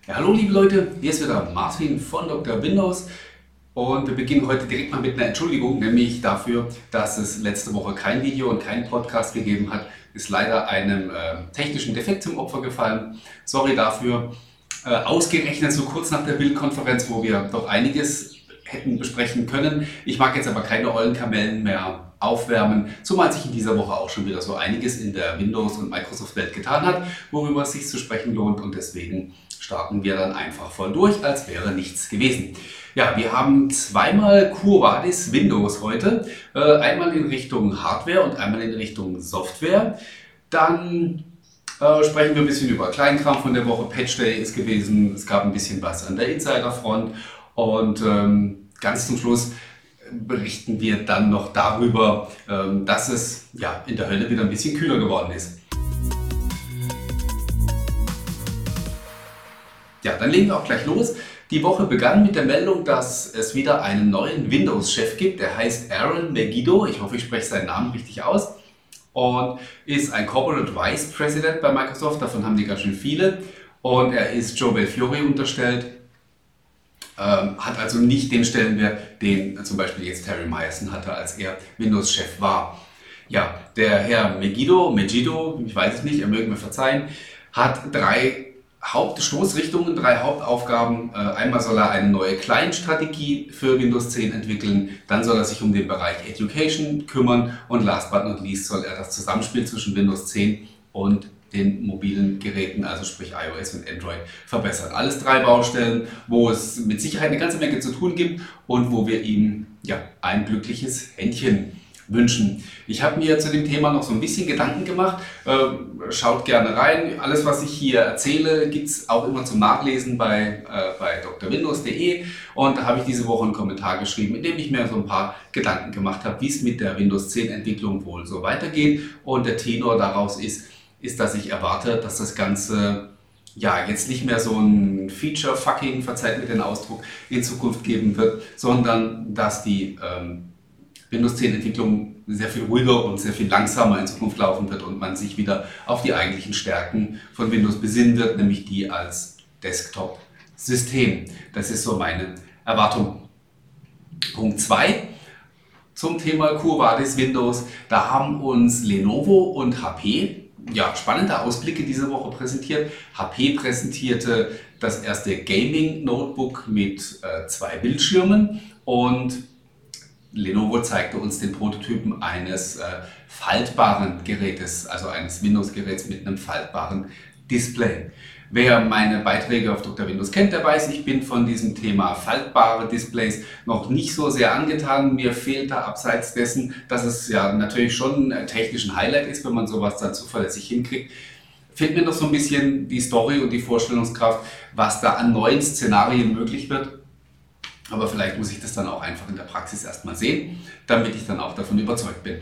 Ja, hallo liebe Leute, hier ist wieder Martin von Dr. Windows und wir beginnen heute direkt mal mit einer Entschuldigung, nämlich dafür, dass es letzte Woche kein Video und keinen Podcast gegeben hat. Ist leider einem technischen Defekt zum Opfer gefallen. Sorry dafür. Ausgerechnet so kurz nach der Bildkonferenz, wo wir doch einiges hätten besprechen können. Ich mag jetzt aber keine Eulenkamellen mehr aufwärmen, zumal sich in dieser Woche auch schon wieder so einiges in der Windows- und Microsoft-Welt getan hat, worüber es sich zu sprechen lohnt, und deswegen starten wir dann einfach voll durch, als wäre nichts gewesen. Ja, wir haben zweimal Quo Vadis Windows heute, einmal in Richtung Hardware und einmal in Richtung Software. Dann sprechen wir ein bisschen über Kleinkram von der Woche. Patch Day ist gewesen, es gab ein bisschen was an der Insider-Front und ganz zum Schluss berichten wir dann noch darüber, dass es ja, in der Hölle wieder ein bisschen kühler geworden ist. Ja, dann legen wir auch gleich los. Die Woche begann mit der Meldung, dass es wieder einen neuen Windows-Chef gibt. Der heißt Aaron Megiddo. Ich hoffe, ich spreche seinen Namen richtig aus. Und ist ein Corporate Vice President bei Microsoft. Davon haben die ganz schön viele. Und er ist Joe Belfiore unterstellt. Hat also nicht den Stellenwert, den zum Beispiel jetzt Terry Myerson hatte, als er Windows-Chef war. Ja, der Herr Megiddo, ich weiß es nicht, er möge mir verzeihen, hat drei Hauptstoßrichtungen, drei Hauptaufgaben. Einmal soll er eine neue Client-Strategie für Windows 10 entwickeln, dann soll er sich um den Bereich Education kümmern und last but not least soll er das Zusammenspiel zwischen Windows 10 und den mobilen Geräten, also sprich iOS und Android, verbessern. Alles drei Baustellen, wo es mit Sicherheit eine ganze Menge zu tun gibt und wo wir ihm ja, ein glückliches Händchen wünschen. Ich habe mir zu dem Thema noch so ein bisschen Gedanken gemacht. Schaut gerne rein. Alles, was ich hier erzähle, gibt es auch immer zum Nachlesen bei drwindows.de. Und da habe ich diese Woche einen Kommentar geschrieben, in dem ich mir so ein paar Gedanken gemacht habe, wie es mit der Windows 10 Entwicklung wohl so weitergeht. Und der Tenor daraus ist, dass ich erwarte, dass das Ganze ja jetzt nicht mehr so ein Feature-Fucking, verzeiht mir den Ausdruck, in Zukunft geben wird, sondern dass die Windows 10 Entwicklung sehr viel ruhiger und sehr viel langsamer in Zukunft laufen wird und man sich wieder auf die eigentlichen Stärken von Windows besinnen wird, nämlich die als Desktop-System. Das ist so meine Erwartung. Punkt 2 zum Thema Quo Vadis Windows. Da haben uns Lenovo und HP ja, spannende Ausblicke diese Woche präsentiert. HP präsentierte das erste Gaming-Notebook mit 2 Bildschirmen und Lenovo zeigte uns den Prototypen eines faltbaren Gerätes, also eines Windows-Geräts mit einem faltbaren Display. Wer meine Beiträge auf Dr. Windows kennt, der weiß, ich bin von diesem Thema faltbare Displays noch nicht so sehr angetan. Mir fehlt da abseits dessen, dass es ja natürlich schon technisch ein Highlight ist, wenn man sowas dann zuverlässig hinkriegt. Fehlt mir noch so ein bisschen die Story und die Vorstellungskraft, was da an neuen Szenarien möglich wird. Aber vielleicht muss ich das dann auch einfach in der Praxis erstmal sehen, damit ich dann auch davon überzeugt bin.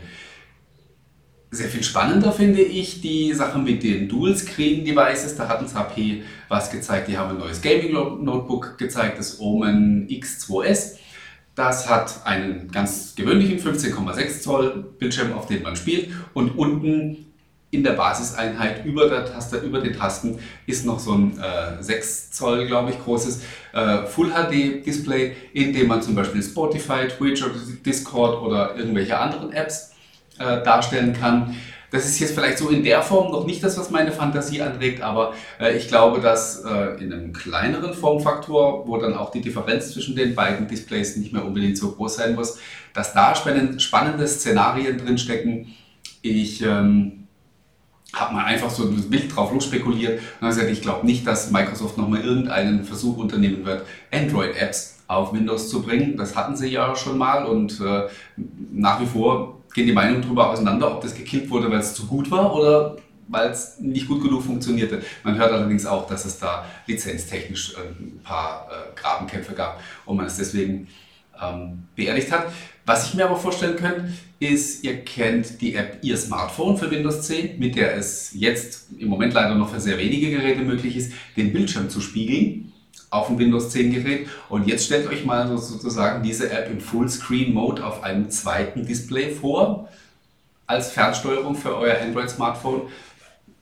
Sehr viel spannender finde ich die Sache mit den Dual-Screen-Devices. Da hat uns HP was gezeigt. Die haben ein neues Gaming-Notebook gezeigt, das Omen X2S. Das hat einen ganz gewöhnlichen 15,6 Zoll Bildschirm, auf dem man spielt. Und unten in der Basiseinheit über den Tasten ist noch so ein 6 Zoll, glaube ich, großes Full HD Display, in dem man zum Beispiel Spotify, Twitch oder Discord oder irgendwelche anderen Apps darstellen kann. Das ist jetzt vielleicht so in der Form noch nicht das, was meine Fantasie anregt, aber ich glaube, dass in einem kleineren Formfaktor, wo dann auch die Differenz zwischen den beiden Displays nicht mehr unbedingt so groß sein muss, dass da spannende Szenarien drinstecken. Ich habe mal einfach so wild drauf losspekuliert und habe gesagt, ich glaube nicht, dass Microsoft nochmal irgendeinen Versuch unternehmen wird, Android-Apps auf Windows zu bringen. Das hatten sie ja schon mal und nach wie vor gehen die Meinungen darüber auseinander, ob das gekillt wurde, weil es zu gut war oder weil es nicht gut genug funktionierte. Man hört allerdings auch, dass es da lizenztechnisch ein paar Grabenkämpfe gab und man es deswegen beerdigt hat. Was ich mir aber vorstellen könnte, ist, ihr kennt die App Ihr Smartphone für Windows 10, mit der es jetzt im Moment leider noch für sehr wenige Geräte möglich ist, den Bildschirm zu spiegeln auf dem Windows 10 Gerät. Und jetzt stellt euch mal sozusagen diese App im Fullscreen-Mode auf einem zweiten Display vor, als Fernsteuerung für euer Android-Smartphone.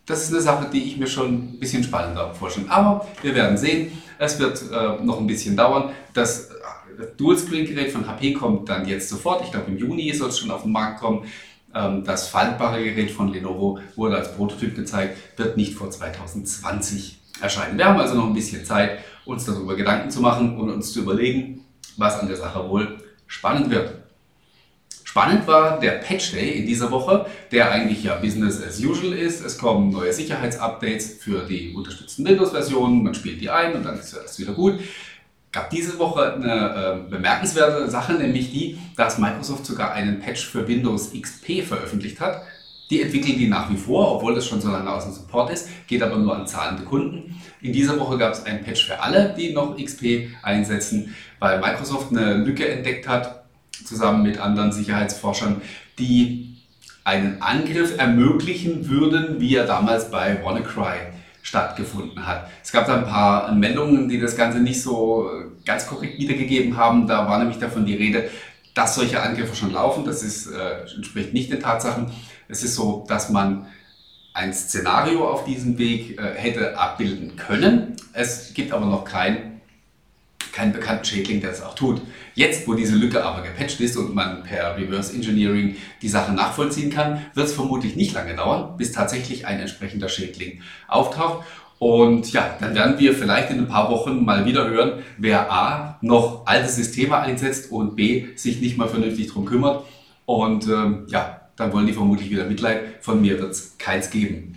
das ist eine Sache, die ich mir schon ein bisschen spannender vorstelle. Aber wir werden sehen. Es wird noch ein bisschen dauern. Das Dual-Screen-Gerät von HP kommt dann jetzt sofort. Ich glaube, im Juni soll es schon auf den Markt kommen. Das faltbare Gerät von Lenovo wurde als Prototyp gezeigt, wird nicht vor 2020 erscheinen. Wir haben also noch ein bisschen Zeit, uns darüber Gedanken zu machen und uns zu überlegen, was an der Sache wohl spannend wird. Spannend war der Patch Day in dieser Woche, der eigentlich ja Business as usual ist. Es kommen neue Sicherheitsupdates für die unterstützten Windows-Versionen, man spielt die ein und dann ist alles wieder gut. Gab diese Woche eine bemerkenswerte Sache, nämlich die, dass Microsoft sogar einen Patch für Windows XP veröffentlicht hat. Die entwickeln die nach wie vor, obwohl das schon so lange aus dem Support ist, geht aber nur an zahlende Kunden. In dieser Woche gab es einen Patch für alle, die noch XP einsetzen, weil Microsoft eine Lücke entdeckt hat, zusammen mit anderen Sicherheitsforschern, die einen Angriff ermöglichen würden, wie er damals bei WannaCry stattgefunden hat. Es gab da ein paar Meldungen, die das Ganze nicht so ganz korrekt wiedergegeben haben. Da war nämlich davon die Rede, dass solche Angriffe schon laufen. Das entspricht nicht den Tatsachen. Es ist so, dass man ein Szenario auf diesem Weg hätte abbilden können. Es gibt aber noch keinen bekannten Schädling, der das auch tut. Jetzt, wo diese Lücke aber gepatcht ist und man per Reverse Engineering die Sache nachvollziehen kann, wird es vermutlich nicht lange dauern, bis tatsächlich ein entsprechender Schädling auftaucht. Und ja, dann werden wir vielleicht in ein paar Wochen mal wieder hören, wer A, noch alte Systeme einsetzt und B, sich nicht mal vernünftig drum kümmert. Und ja, dann wollen die vermutlich wieder Mitleid. Von mir wird es keins geben.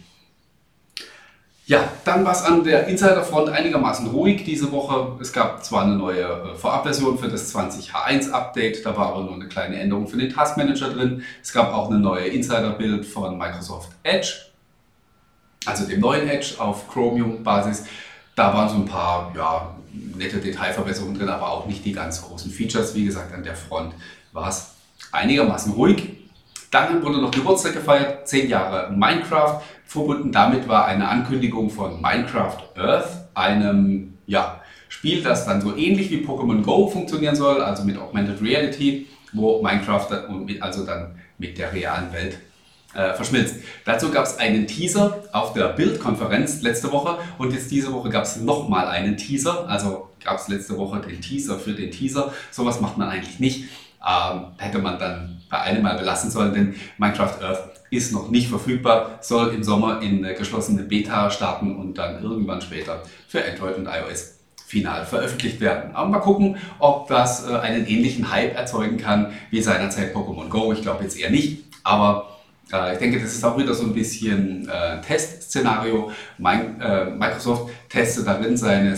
Ja, dann war es an der Insider-Front einigermaßen ruhig diese Woche. Es gab zwar eine neue Vorabversion für das 20H1-Update, da war aber nur eine kleine Änderung für den Taskmanager drin. Es gab auch eine neue Insider-Build von Microsoft Edge, also dem neuen Edge auf Chromium-Basis. Da waren so ein paar nette Detailverbesserungen drin, aber auch nicht die ganz großen Features. Wie gesagt, an der Front war es einigermaßen ruhig. Dann wurde noch Geburtstag gefeiert, 10 Jahre Minecraft. Verbunden damit war eine Ankündigung von Minecraft Earth, einem Spiel, das dann so ähnlich wie Pokémon Go funktionieren soll, also mit Augmented Reality, wo Minecraft dann mit der realen Welt verschmilzt. Dazu gab es einen Teaser auf der Build-Konferenz letzte Woche und jetzt diese Woche gab es nochmal einen Teaser, also gab es letzte Woche den Teaser für den Teaser. Sowas macht man eigentlich nicht. Hätte man dann bei einem Mal belassen sollen, denn Minecraft Earth ist noch nicht verfügbar, soll im Sommer in geschlossene Beta starten und dann irgendwann später für Android und iOS final veröffentlicht werden. Aber mal gucken, ob das einen ähnlichen Hype erzeugen kann wie seinerzeit Pokémon Go. Ich glaube jetzt eher nicht, aber ich denke, das ist auch wieder so ein bisschen Testszenario. Microsoft testet darin seine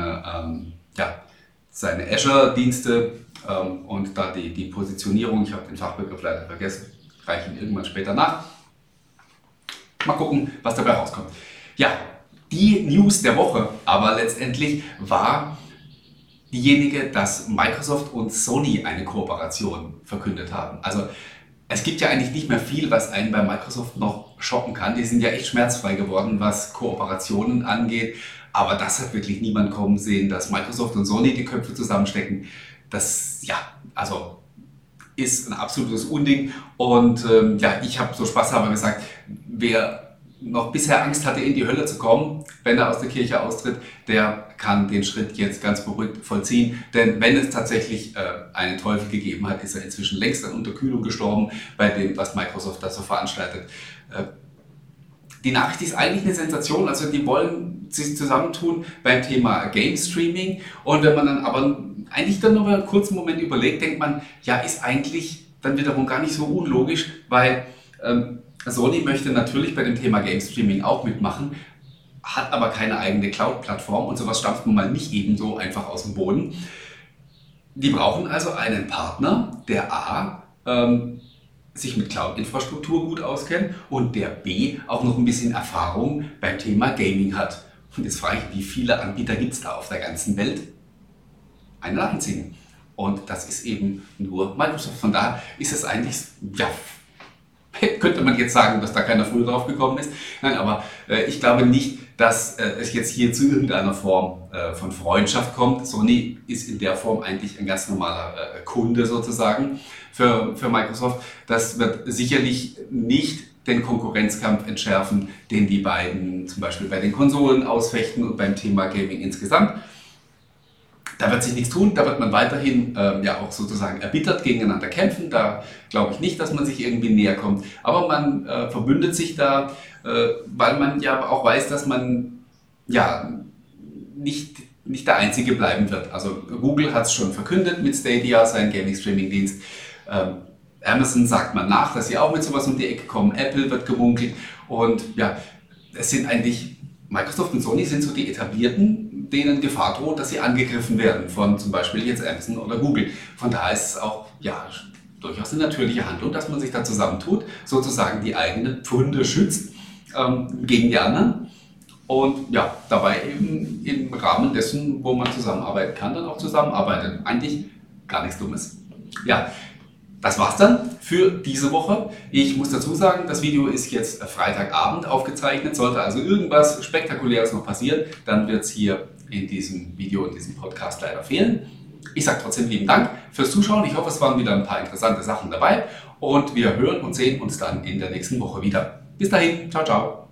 Azure-Dienste und da die Positionierung. Ich habe den Fachbegriff leider vergessen, reiche ihn irgendwann später nach. Mal gucken, was dabei rauskommt. Ja, die News der Woche aber letztendlich war diejenige, dass Microsoft und Sony eine Kooperation verkündet haben. Also es gibt ja eigentlich nicht mehr viel, was einen bei Microsoft noch schocken kann. Die sind ja echt schmerzfrei geworden, was Kooperationen angeht. Aber das hat wirklich niemand kommen sehen, dass Microsoft und Sony die Köpfe zusammenstecken. Das, ist ein absolutes Unding. Und ich habe so spaßhalber gesagt, wer noch bisher Angst hatte, in die Hölle zu kommen, wenn er aus der Kirche austritt, der kann den Schritt jetzt ganz beruhigt vollziehen. Denn wenn es tatsächlich einen Teufel gegeben hat, ist er inzwischen längst an Unterkühlung gestorben bei dem, was Microsoft da so veranstaltet. Die Nachricht ist eigentlich eine Sensation, also die wollen sich zusammentun beim Thema Game Streaming und wenn man dann aber eigentlich dann nur einen kurzen Moment überlegt, denkt man, ja, ist eigentlich dann wiederum gar nicht so unlogisch, weil Sony möchte natürlich bei dem Thema Game Streaming auch mitmachen, hat aber keine eigene Cloud-Plattform und sowas stampft nun mal nicht ebenso einfach aus dem Boden. Die brauchen also einen Partner, der A, sich mit Cloud-Infrastruktur gut auskennt und der B auch noch ein bisschen Erfahrung beim Thema Gaming hat. Und jetzt frage ich, wie viele Anbieter gibt es da auf der ganzen Welt? Einen einzigen. Und das ist eben nur Microsoft. Von daher ist es eigentlich, könnte man jetzt sagen, dass da keiner früher drauf gekommen ist. Nein, aber ich glaube nicht, dass es jetzt hier zu irgendeiner Form von Freundschaft kommt. Sony ist in der Form eigentlich ein ganz normaler Kunde sozusagen für Microsoft. Das wird sicherlich nicht den Konkurrenzkampf entschärfen, den die beiden zum Beispiel bei den Konsolen ausfechten und beim Thema Gaming insgesamt. Da wird sich nichts tun, da wird man weiterhin ja auch sozusagen erbittert gegeneinander kämpfen. Da glaube ich nicht, dass man sich irgendwie näher kommt. Aber man verbündet sich da, weil man ja auch weiß, dass man ja nicht der Einzige bleiben wird. Also Google hat es schon verkündet mit Stadia, seinen Gaming-Streaming-Dienst. Amazon sagt man nach, dass sie auch mit sowas um die Ecke kommen. Apple wird gemunkelt. Und ja, es sind eigentlich, Microsoft und Sony sind so die etablierten, denen Gefahr droht, dass sie angegriffen werden von zum Beispiel jetzt Amazon oder Google. Von daher ist es auch ja, durchaus eine natürliche Handlung, dass man sich da zusammentut, sozusagen die eigenen Pfunde schützt gegen die anderen. Und ja, dabei eben im Rahmen dessen, wo man zusammenarbeiten kann, dann auch zusammenarbeitet. Eigentlich gar nichts Dummes. Ja, das war's dann für diese Woche. Ich muss dazu sagen, das Video ist jetzt Freitagabend aufgezeichnet. Sollte also irgendwas Spektakuläres noch passieren, dann wird es hier in diesem Video, in diesem Podcast leider fehlen. Ich sage trotzdem lieben Dank fürs Zuschauen. Ich hoffe, es waren wieder ein paar interessante Sachen dabei. Und wir hören und sehen uns dann in der nächsten Woche wieder. Bis dahin, ciao, ciao.